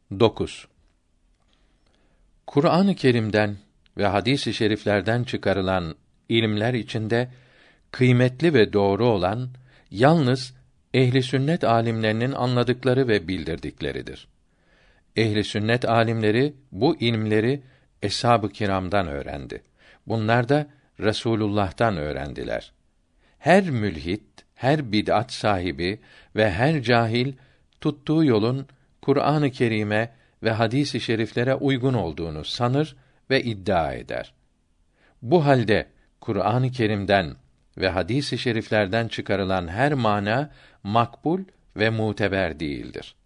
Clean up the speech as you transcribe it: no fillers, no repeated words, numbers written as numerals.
9. Kur'an-ı Kerim'den ve hadis-i şeriflerden çıkarılan ilimler içinde kıymetli ve doğru olan yalnız ehli sünnet alimlerinin anladıkları ve bildirdikleridir. Ehli sünnet alimleri bu ilimleri eshab-ı kiramdan öğrendi. Bunlar da Resulullah'tan öğrendiler. Her mülhit, her bid'at sahibi ve her cahil tuttuğu yolun Kur'an-ı Kerim'e ve hadis-i şeriflere uygun olduğunu sanır ve iddia eder. Bu halde Kur'an-ı Kerim'den ve hadis-i şeriflerden çıkarılan her mana makbul ve muteber değildir.